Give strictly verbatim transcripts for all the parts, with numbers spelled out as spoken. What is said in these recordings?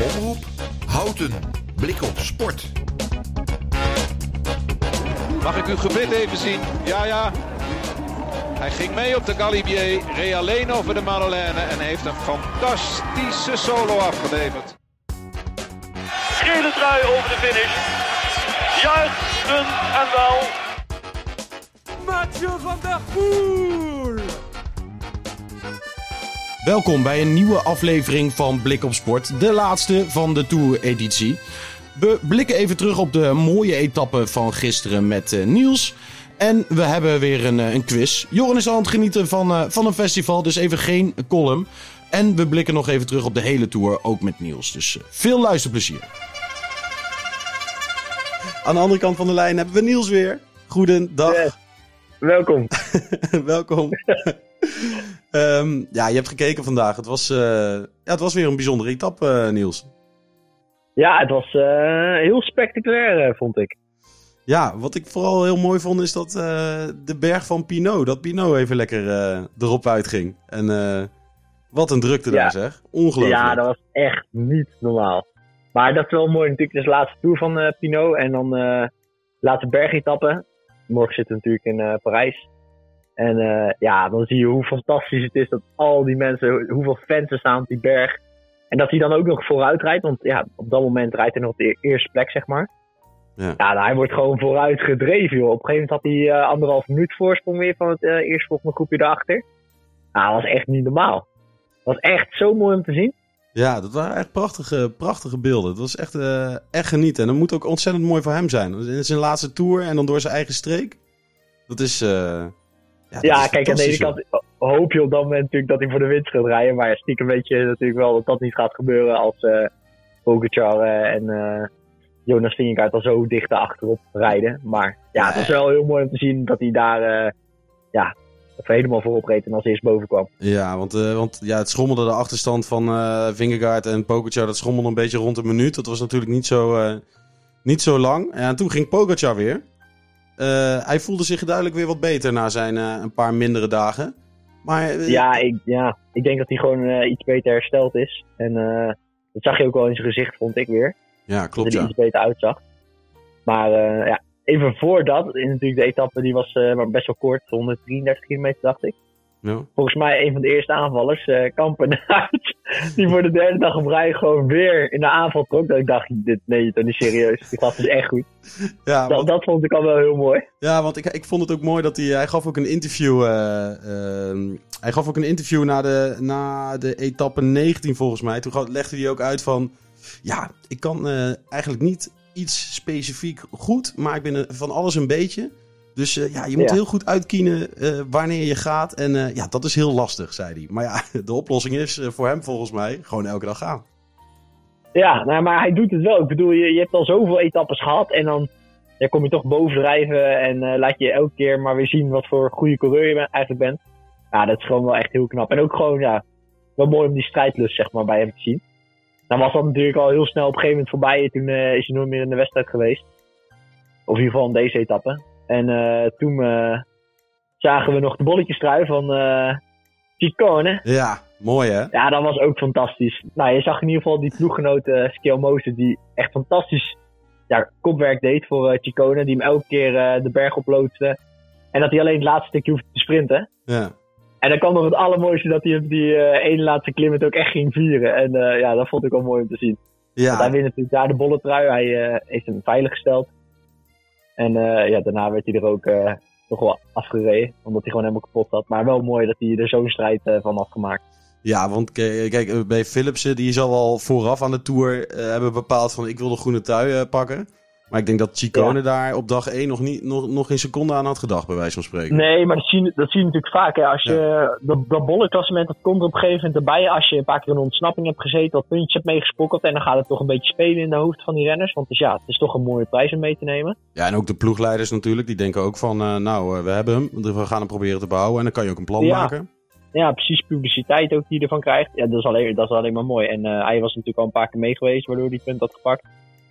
Omroep Houten. Blik op sport. Mag ik uw gebit even zien? Ja, ja. Hij ging mee op de Galibier, reed alleen over de Madeleine en heeft een fantastische solo afgeleverd. Gele trui over de finish. Juichen en wel. Mathieu van der Poel. Welkom bij een nieuwe aflevering van Blik op Sport, de laatste van de Tour-editie. We blikken even terug op de mooie etappe van gisteren met uh, Niels. En we hebben weer een, uh, een quiz. Joren is aan het genieten van, uh, van een festival, dus even geen column. En we blikken nog even terug op de hele Tour, ook met Niels. Dus uh, veel luisterplezier. Aan de andere kant van de lijn hebben we Niels weer. Goedendag. Yes. Welkom. Welkom. um, ja, je hebt gekeken vandaag. Het was, uh, ja, het was weer een bijzondere etappe, uh, Niels. Ja, het was uh, heel spectaculair, uh, vond ik. Ja, wat ik vooral heel mooi vond is dat uh, de berg van Pinot, dat Pinot even lekker uh, erop uitging. En uh, wat een drukte ja. daar zeg. Ongelooflijk. Ja, dat was echt niet normaal. Maar dat is wel mooi natuurlijk. Het is de laatste Tour van uh, Pinot en dan uh, laatste bergetappe. Morgen zitten we natuurlijk in uh, Parijs. En uh, ja, dan zie je hoe fantastisch het is dat al die mensen, hoeveel fans er staan op die berg. En dat hij dan ook nog vooruit rijdt, want ja, op dat moment rijdt hij nog op de eerste plek, zeg maar. Ja, ja hij wordt gewoon vooruit gedreven, joh. Op een gegeven moment had hij uh, anderhalf minuut voorsprong weer van het uh, eerstvolgende groepje daarachter. Nou, dat was echt niet normaal. Dat was echt zo mooi om te zien. Ja, dat waren echt prachtige, prachtige beelden. Dat was echt, uh, echt genieten. En dat moet ook ontzettend mooi voor hem zijn. Het is zijn laatste Tour en dan door zijn eigen streek. Dat is... Uh, ja, dat ja is kijk, aan de ene kant hoop je op dat moment natuurlijk dat hij voor de winst gaat rijden. Maar stiekem weet je natuurlijk wel dat dat niet gaat gebeuren als uh, Pogacar uh, en uh, Jonas Vingegaard al zo dicht achterop rijden. Maar ja, het was wel heel mooi om te zien dat hij daar uh, ja, helemaal voorop reed en als eerst boven kwam. Ja, want, uh, want ja, het schommelde de achterstand van uh, Vingegaard en Pogacar. Dat schommelde een beetje rond een minuut. Dat was natuurlijk niet zo, uh, niet zo lang. En toen ging Pogacar weer. Uh, hij voelde zich duidelijk weer wat beter na zijn uh, een paar mindere dagen. Maar, uh, ja, ik, ja, ik denk dat hij gewoon uh, iets beter hersteld is. En uh, dat zag je ook wel in zijn gezicht, vond ik weer. Ja, klopt, dat hij ja. iets beter uitzag. Maar uh, ja, even voor dat, in natuurlijk de etappe, die was uh, maar best wel kort, honderddrieëndertig kilometer dacht ik. Ja. Volgens mij een van de eerste aanvallers, uh, Kampenaerts, die voor de derde dag op rij gewoon weer in de aanval trok. Dat ik dacht, dit, nee, toch niet serieus. Die gast is echt goed. Ja, dat, want, dat vond ik al wel heel mooi. Ja, want ik, ik vond het ook mooi dat hij, hij gaf ook een interview, uh, uh, hij gaf ook een interview na de, na de etappe negentien volgens mij. Toen legde hij ook uit van, ja, ik kan uh, eigenlijk niet iets specifiek goed, maar ik ben van alles een beetje. Dus uh, ja, je moet ja. heel goed uitkiezen uh, wanneer je gaat. En uh, ja, dat is heel lastig, zei hij. Maar ja, de oplossing is uh, voor hem volgens mij gewoon elke dag gaan. Ja, nou, maar hij doet het wel. Ik bedoel, je, je hebt al zoveel etappes gehad. En dan ja, kom je toch bovendrijven. En uh, laat je elke keer maar weer zien wat voor goede coureur je eigenlijk bent. Ja, dat is gewoon wel echt heel knap. En ook gewoon, ja, wel mooi om die strijdlust zeg maar, bij hem te zien. Dan was dat natuurlijk al heel snel op een gegeven moment voorbij. Toen uh, is hij nooit meer in de wedstrijd geweest. Of in ieder geval in deze etappe. En uh, toen uh, zagen we nog de bolletjestrui van uh, Ciccone. Ja, mooi hè? Ja, dat was ook fantastisch. Nou, je zag in ieder geval die ploeggenoot uh, Skelmose die echt fantastisch ja, kopwerk deed voor uh, Ciccone. Die hem elke keer uh, de berg oploodste. En dat hij alleen het laatste stukje hoefde te sprinten. Ja. En dan kwam nog het allermooiste dat hij op die uh, ene laatste klim het ook echt ging vieren. En uh, ja, dat vond ik wel mooi om te zien. Ja. Want hij wint natuurlijk daar de bolletrui. Hij uh, heeft hem veilig gesteld. En uh, ja, daarna werd hij er ook uh, nog wel afgereden. Omdat hij gewoon helemaal kapot had. Maar wel mooi dat hij er zo'n strijd uh, van had gemaakt. Ja, want k- kijk, bij Philipsen, die zal al vooraf aan de Tour uh, hebben bepaald van ik wil de groene trui uh, pakken. Maar ik denk dat Ciccone ja. daar op dag één nog, niet, nog, nog geen seconde aan had gedacht, bij wijze van spreken. Nee, maar dat zie je, dat zie je natuurlijk vaak. Hè. Als je, ja. dat, dat bollenklassement, dat komt er op een gegeven moment erbij. Als je een paar keer een ontsnapping hebt gezeten, wat puntjes hebt meegesprokkeld. En dan gaat het toch een beetje spelen in de hoofd van die renners. Want dus ja, het is toch een mooie prijs om mee te nemen. Ja, en ook de ploegleiders natuurlijk. Die denken ook van, uh, nou, uh, we hebben hem. We gaan hem proberen te behouden. En dan kan je ook een plan ja. maken. Ja, precies. Publiciteit ook die je ervan krijgt. Ja, dat is alleen, dat is alleen maar mooi. En uh, hij was natuurlijk al een paar keer mee geweest, waardoor hij punt had gepakt.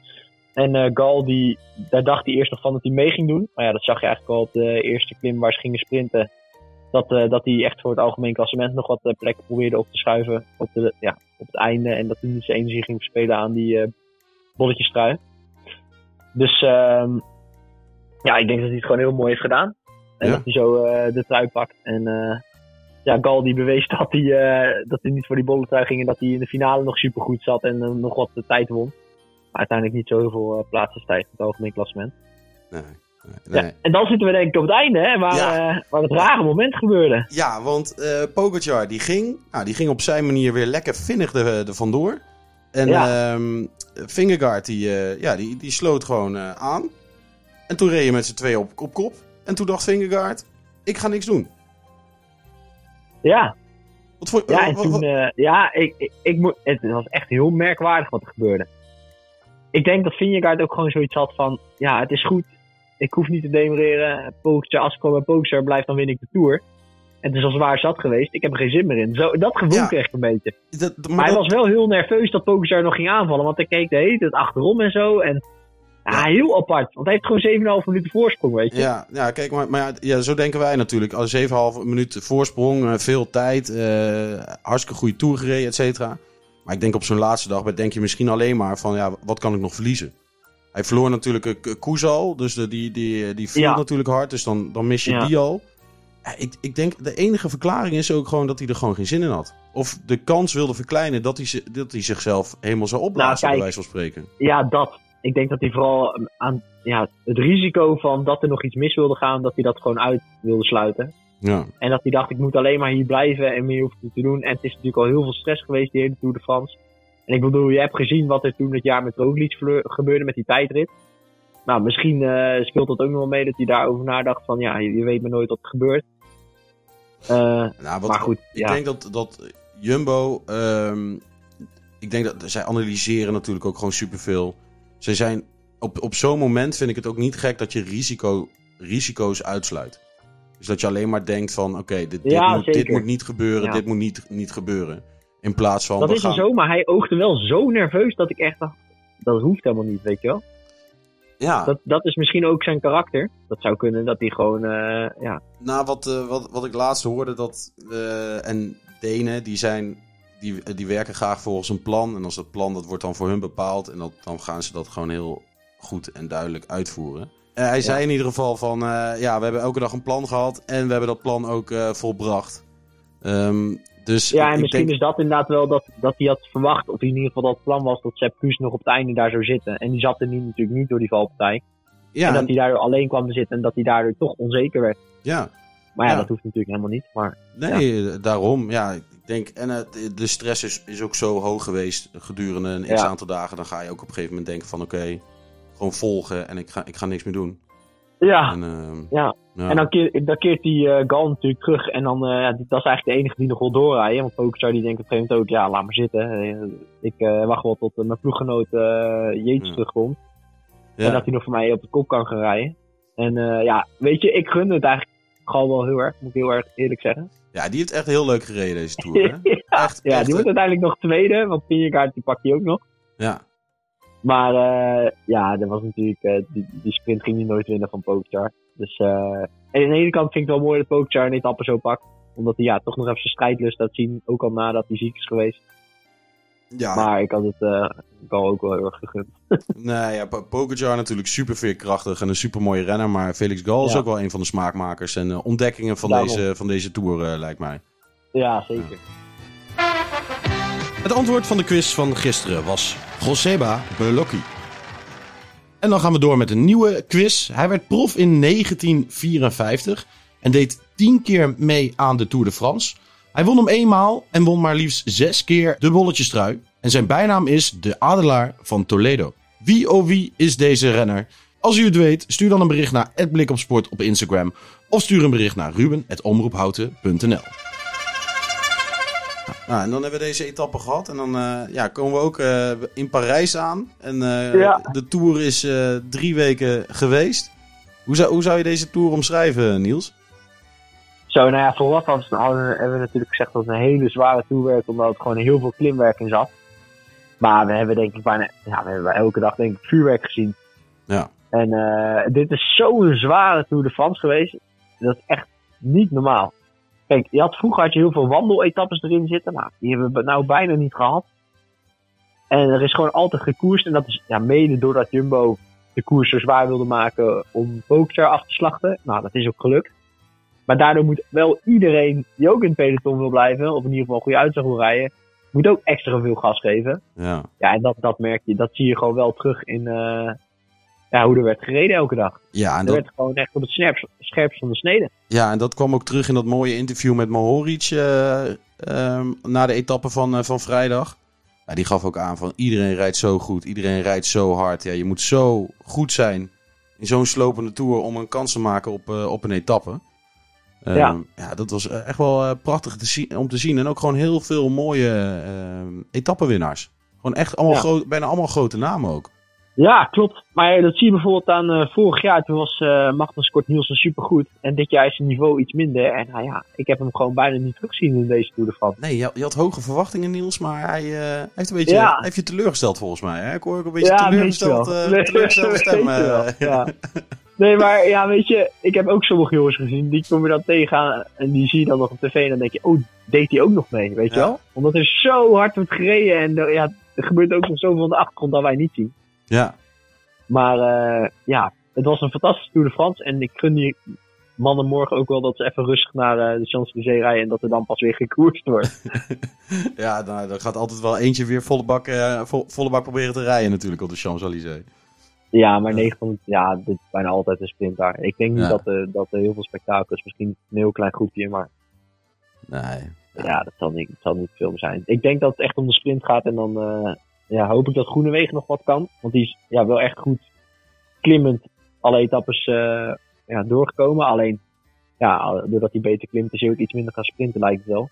En uh, Gal, die, daar dacht hij eerst nog van dat hij mee ging doen. Maar ja, dat zag je eigenlijk al op de eerste klim waar ze gingen sprinten. Dat, uh, dat hij echt voor het algemeen klassement nog wat uh, plekken probeerde op te schuiven. Op de, ja, op het einde. En dat hij niet zijn energie ging verspelen aan die uh, bolletjestrui. Dus um, ja, ik denk dat hij het gewoon heel mooi heeft gedaan. En ja. dat hij zo uh, de trui pakt. En uh, ja, Gal die bewees dat hij, uh, dat hij niet voor die bolletrui ging. En dat hij in de finale nog supergoed zat en uh, nog wat de tijd won. Maar uiteindelijk niet zo heel veel uh, plaatsen stijgt in het algemeen klassement. Nee. Nee. Ja, en dan zitten we denk ik op het einde, hè, waar, ja. uh, waar het rare moment gebeurde. Ja, want uh, Pogačar die ging, nou, die ging op zijn manier weer lekker vinnig er, er vandoor. En ja. um, Vingegaard die, uh, ja, die, die sloot gewoon uh, aan. En toen reed je met z'n tweeën op, op kop. En toen dacht Vingegaard, ik ga niks doen. Ja. Wat voor, ja, en wat, toen, wat? Uh, ja, ik, ik, ik moet, het was echt heel merkwaardig wat er gebeurde. Ik denk dat Vingegaard ook gewoon zoiets had van, ja, het is goed. Ik hoef niet te demereren. Pogačar, als ik gewoon bij Pogačar blijf, dan win ik de Tour. En het is al zwaar zat geweest. Ik heb er geen zin meer in. Zo, dat gevoel ja. kreeg ik een beetje. Dat, maar maar hij dat... was wel heel nerveus dat Pogačar nog ging aanvallen. Want hij keek de hele tijd achterom en zo. En ja, ja. heel apart. Want hij heeft gewoon zeven komma vijf minuten voorsprong, weet je. Ja, ja kijk, maar, maar ja, zo denken wij natuurlijk. Al zeven komma vijf minuten voorsprong, veel tijd. Uh, hartstikke goede Tour gereden, et cetera. Maar ik denk op zo'n laatste dag denk je misschien alleen maar van, ja, wat kan ik nog verliezen? Hij verloor natuurlijk uh, Koes al, dus de, die, die, die viel ja. natuurlijk hard, dus dan, dan mis je ja. die al. Ja, ik, ik denk, de enige verklaring is ook gewoon dat hij er gewoon geen zin in had. Of de kans wilde verkleinen dat hij, dat hij zichzelf helemaal zou opblazen, nou, bij wijze van spreken. Ja, dat. Ik denk dat hij vooral aan ja, het risico van dat er nog iets mis wilde gaan, dat hij dat gewoon uit wilde sluiten. Ja. En dat hij dacht, ik moet alleen maar hier blijven en meer hoef ik niet te doen. En het is natuurlijk al heel veel stress geweest, die hele Tour de France. En ik bedoel, je hebt gezien wat er toen het jaar met Roglic gebeurde met die tijdrit. Nou, misschien uh, speelt dat ook nog wel mee dat hij daarover nadacht van, ja, je, je weet maar nooit wat er gebeurt. Uh, nou, wat, maar goed, Ik ja. denk dat, dat Jumbo, um, ik denk dat zij analyseren natuurlijk ook gewoon superveel. Zij zijn, op, op zo'n moment vind ik het ook niet gek dat je risico, risico's uitsluit. Dus dat je alleen maar denkt van, oké, okay, dit, ja, dit, dit moet niet gebeuren, ja. dit moet niet, niet gebeuren. In plaats van... Dat is gaan... er zo, maar hij oogde wel zo nerveus dat ik echt dacht, dat hoeft helemaal niet, weet je wel. Ja. Dat, dat is misschien ook zijn karakter. Dat zou kunnen, dat hij gewoon, uh, ja... Nou, wat, uh, wat, wat ik laatst hoorde, dat... Uh, en Denen, die zijn... Die, die werken graag volgens een plan. En als dat plan, dat wordt dan voor hun bepaald. En dat, dan gaan ze dat gewoon heel goed en duidelijk uitvoeren. Uh, hij ja. zei in ieder geval van... Uh, ja, we hebben elke dag een plan gehad. En we hebben dat plan ook uh, volbracht. Um, Dus ja, en ik misschien denk... is dat inderdaad wel dat, dat hij had verwacht, of in ieder geval dat het plan was dat Sepp Kuss nog op het einde daar zou zitten. En die zat er nu natuurlijk niet door die valpartij. Ja, en dat hij daardoor alleen kwam te zitten en dat hij daardoor toch onzeker werd. Ja. Maar ja, ja. dat hoeft natuurlijk helemaal niet. Maar, nee, ja. daarom. Ja, ik denk, en uh, de stress is, is ook zo hoog geweest gedurende een ja. x aantal dagen. Dan ga je ook op een gegeven moment denken van oké, okay, gewoon volgen en ik ga, ik ga niks meer doen. Ja, en, uh, ja. ja. En dan, keer, dan keert die uh, Gal natuurlijk terug. En dan, uh, ja, dat is eigenlijk de enige die nog wil doorrijden. Want Pogačar die denkt op een gegeven moment ook, ja, laat maar zitten. Ik uh, wacht wel tot uh, mijn ploeggenoot uh, Yates ja. terugkomt. Ja. En dat hij nog voor mij op de kop kan gaan rijden. En uh, ja, weet je, ik gun het eigenlijk gewoon wel heel erg. Moet ik heel erg eerlijk zeggen. Ja, die heeft echt heel leuk gereden deze Tour. Hè? ja, echt, ja echt, die wordt uiteindelijk nog tweede. Want Vingegaard die pakt hij ook nog. Ja. Maar uh, ja, dat was natuurlijk, uh, die, die sprint ging hij nooit winnen van Pogačar. Dus uh, en aan de ene kant vind ik het wel mooi dat Pogačar een etappe zo pakt. Omdat hij ja, toch nog even zijn strijdlust laat zien. Ook al nadat hij ziek is geweest. Ja. Maar ik had het uh, ik had ook wel heel erg gegund. Nee, ja, Pogačar natuurlijk super veerkrachtig en een super mooie renner. Maar Felix Gal is ja. ook wel een van de smaakmakers en uh, ontdekkingen van deze, van deze Tour, uh, lijkt mij. Ja, zeker. Ja. Het antwoord van de quiz van gisteren was Joseba Beloki. En dan gaan we door met een nieuwe quiz. Hij werd prof in negentien vierenvijftig en deed tien keer mee aan de Tour de France. Hij won hem eenmaal en won maar liefst zes keer de bolletjestrui. En zijn bijnaam is de Adelaar van Toledo. Wie oh wie is deze renner? Als u het weet, stuur dan een bericht naar at blikopsport op Instagram. Of stuur een bericht naar ruben at omroephouten punt n l. Nou, en dan hebben we deze etappe gehad. En dan uh, ja, komen we ook uh, in Parijs aan. En uh, ja. de Tour is uh, drie weken geweest. Hoe zou, hoe zou je deze Tour omschrijven, Niels? Zo, nou ja, vooraf hebben we natuurlijk gezegd dat het een hele zware Tour werd. Omdat het gewoon heel veel klimwerk in zat. Maar we hebben denk ik bijna, ja, we hebben elke dag denk ik vuurwerk gezien. Ja. En uh, dit is zo'n zware Tour de France geweest. Dat is echt niet normaal. Kijk, je had, vroeger had je heel veel wandeletappes erin zitten. Nou, die hebben we nou bijna niet gehad. En er is gewoon altijd gekoerst. En dat is ja, mede doordat Jumbo de koers zo zwaar wilde maken om Pogačar af te slachten. Nou, dat is ook gelukt. Maar daardoor moet wel iedereen die ook in het peloton wil blijven, of in ieder geval een goede uitslag wil rijden, moet ook extra veel gas geven. Ja, ja en dat, dat merk je, dat zie je gewoon wel terug in uh, ja, hoe er werd gereden elke dag. Ja, en er dat... werd gewoon echt op het scherpst, scherpst van de snede. Ja, en dat kwam ook terug in dat mooie interview met Mohoric uh, um, na de etappe van, uh, van vrijdag. Ja, die gaf ook aan van iedereen rijdt zo goed, iedereen rijdt zo hard. Ja, je moet zo goed zijn in zo'n slopende tour om een kans te maken op, uh, op een etappe. Uh, ja. ja, dat was echt wel uh, prachtig te zien, om te zien. En ook gewoon heel veel mooie uh, etappenwinnaars. Gewoon echt allemaal ja. groot, bijna allemaal grote namen ook. Ja, klopt. Maar dat zie je bijvoorbeeld aan uh, vorig jaar. Toen was uh, Magnus Kort Nielsen supergoed. En dit jaar is zijn niveau iets minder. En nou ja, ik heb hem gewoon bijna niet teruggezien in deze Tour de France. Nee, je had, je had hoge verwachtingen, Niels. Maar hij uh, heeft een beetje ja. heeft je teleurgesteld volgens mij. Hè? Ik hoor ook een beetje ja, teleurgesteld, uh, teleurgestelde stem. Uh, ja. Nee, maar ja, weet je, ik heb ook sommige jongens gezien. Die kom je dan tegen en die zie je dan nog op tv. En dan denk je, oh, deed hij ook nog mee, weet je ja. wel? Omdat er zo hard wordt gereden. En er, ja, er gebeurt ook nog zoveel aan de achtergrond dat wij niet zien. Ja. Maar uh, ja, het was een fantastische Tour de France. En ik gun die mannen morgen ook wel dat ze even rustig naar uh, de Champs-Élysées rijden. En dat er dan pas weer gekoerst wordt. Ja, nou, er gaat altijd wel eentje weer volle bak, uh, vo- volle bak proberen te rijden natuurlijk op de Champs-Élysées. Ja, maar negen van ja, dit is bijna altijd een sprint daar. Ik denk niet ja. dat, er, dat er heel veel spektakel is. Misschien een heel klein groepje, maar nee. Ja, ja dat, zal niet, dat zal niet veel meer zijn. Ik denk dat het echt om de sprint gaat en dan uh, ja, hoop ik dat Groenewegen nog wat kan. Want die is ja, wel echt goed klimmend alle etappes uh, ja, doorgekomen. Alleen, ja, doordat hij beter klimt is hij ook iets minder gaan sprinten, lijkt het wel.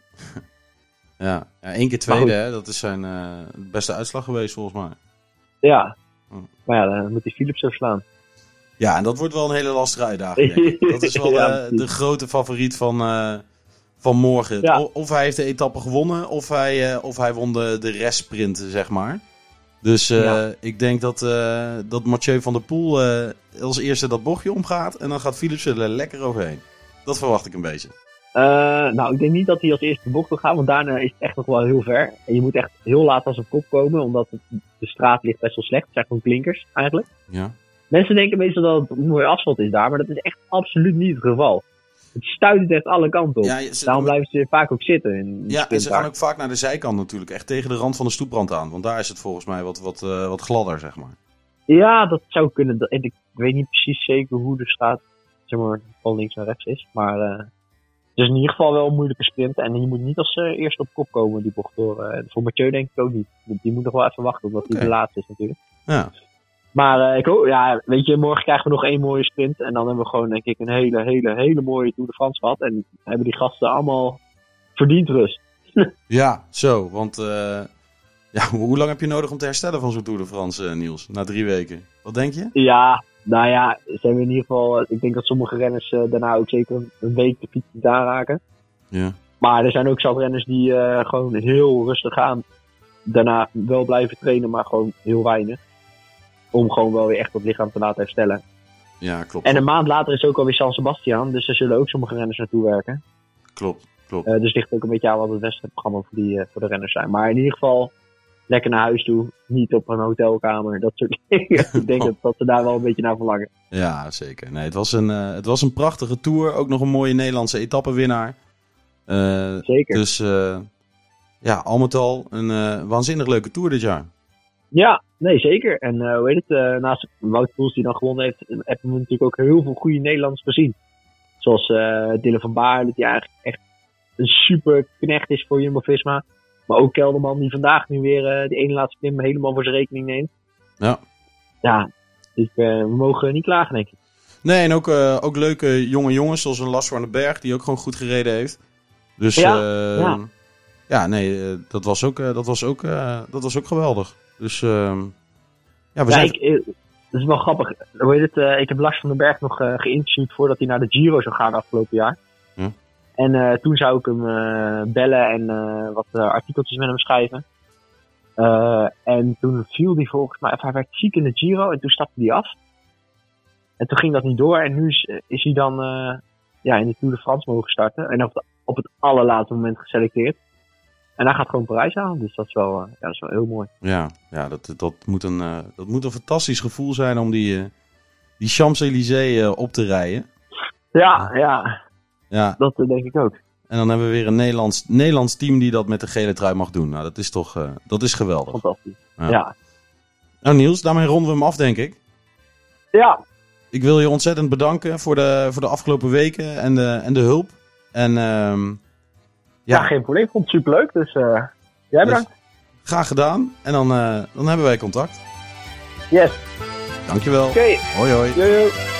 Ja, ja één keer tweede, hè? Dat is zijn uh, beste uitslag geweest volgens mij. Ja, maar ja, dan moet hij Philips zo slaan. Ja, en dat wordt wel een hele lastige uitdaging, denk ik. Dat is wel ja, uh, de grote favoriet van, uh, van morgen. Ja. Of hij heeft de etappe gewonnen, of hij, uh, of hij won de, de restsprint, zeg maar. Dus uh, ja. ik denk dat, uh, dat Mathieu van der Poel uh, als eerste dat bochtje omgaat. En dan gaat Philips er lekker overheen. Dat verwacht ik een beetje. Uh, nou, ik denk niet dat hij als eerste de bocht wil gaan, want daarna is het echt nog wel heel ver. En je moet echt heel laat als een kop komen, omdat het, de straat ligt best wel slecht. Het zijn gewoon klinkers, eigenlijk. Ja. Mensen denken meestal dat het een mooi asfalt is daar, maar dat is echt absoluut niet het geval. Het stuit echt alle kanten op. Ja, ze, Daarom blijven ze vaak ook zitten. In ja, en ze gaan ook vaak naar de zijkant natuurlijk. Echt tegen de rand van de stoeprand aan. Want daar is het volgens mij wat, wat, uh, wat gladder, zeg maar. Ja, dat zou kunnen. Ik, ik weet niet precies zeker hoe de straat zeg maar, van links naar rechts is. Maar uh, het is in ieder geval wel een moeilijke sprint. En je moet niet als uh, eerste op kop komen, die bocht door. Uh, voor Mathieu denk ik ook niet. Die moet nog wel even wachten, omdat hij okay. de laatste is natuurlijk. Ja. Maar uh, ik hoop, ja, weet je, morgen krijgen we nog één mooie sprint. En dan hebben we gewoon, denk ik, een hele, hele, hele mooie Tour de France gehad. En hebben die gasten allemaal verdiend rust. Ja, zo. Want uh, ja, hoe lang heb je nodig om te herstellen van zo'n Tour de France, uh, Niels? Na drie weken. Wat denk je? Ja, nou ja, ze hebben in ieder geval... Ik denk dat sommige renners uh, daarna ook zeker een, een week de fiets niet aanraken. Ja. Maar er zijn ook zat renners die uh, gewoon heel rustig aan. Daarna wel blijven trainen, maar gewoon heel weinig. Om gewoon wel weer echt het lichaam te laten herstellen. Ja, klopt. En een maand later is ook alweer San Sebastian. Dus er zullen ook sommige renners naartoe werken. Klopt, klopt. Uh, dus het ligt ook een beetje aan wat het wedstrijdprogramma voor, die, uh, voor de renners zijn. Maar in ieder geval lekker naar huis toe. Niet op een hotelkamer. Dat soort dingen. Ik denk dat, dat ze daar wel een beetje naar verlangen. Ja, zeker. Nee, het, was een, uh, het was een prachtige tour. Ook nog een mooie Nederlandse etappenwinnaar. Uh, zeker. Dus uh, ja, al met al een uh, waanzinnig leuke tour dit jaar. Ja, nee, zeker. En uh, hoe heet het, uh, naast Wout Poels die dan gewonnen heeft, hebben we natuurlijk ook heel veel goede Nederlanders gezien. Zoals uh, Dylan van Baarle, die eigenlijk echt een super knecht is voor Jumbo-Visma. Maar ook Kelderman, die vandaag nu weer uh, de ene laatste klim helemaal voor zijn rekening neemt. Ja. Ja, dus, uh, we mogen niet klagen, denk ik. Nee, en ook, uh, ook leuke jonge jongens, zoals een Lars van den Berg, die ook gewoon goed gereden heeft. Dus ja, uh, ja. ja, nee, uh, dat was ook, uh, dat was ook, uh, dat was ook geweldig. Dus uh, ja, we ja, zijn... Ik, uh, dat is wel grappig. Hoe heet het, uh, ik heb Lars van den Berg nog uh, geïnterviewd voordat hij naar de Giro zou gaan afgelopen jaar. Ja. En uh, toen zou ik hem uh, bellen en uh, wat uh, artikeltjes met hem schrijven. Uh, en toen viel hij volgens mij, hij werd ziek in de Giro en toen stapte hij af. En toen ging dat niet door en nu is, is hij dan uh, ja, in de Tour de France mogen starten. En of, op het allerlaatste moment geselecteerd. En hij gaat gewoon Parijs aan. Dus dat is wel, uh, ja, dat is wel heel mooi. Ja, ja dat, dat, moet een, uh, dat moet een fantastisch gevoel zijn om die, uh, die Champs-Élysées uh, op te rijden. Ja, ja. ja. Dat uh, denk ik ook. En dan hebben we weer een Nederlands, Nederlands team die dat met de gele trui mag doen. Nou, dat is toch uh, dat is geweldig. Fantastisch. Ja. ja. Nou Niels, daarmee ronden we hem af, denk ik. Ja. Ik wil je ontzettend bedanken voor de, voor de afgelopen weken en de, en de hulp. En, uh, ja. ja, geen probleem. Ik vond het superleuk. Dus uh, jij bedankt. Dus, graag gedaan. En dan, uh, dan hebben wij contact. Yes. Dankjewel. Oké. Okay. Hoi hoi. Yo, yo.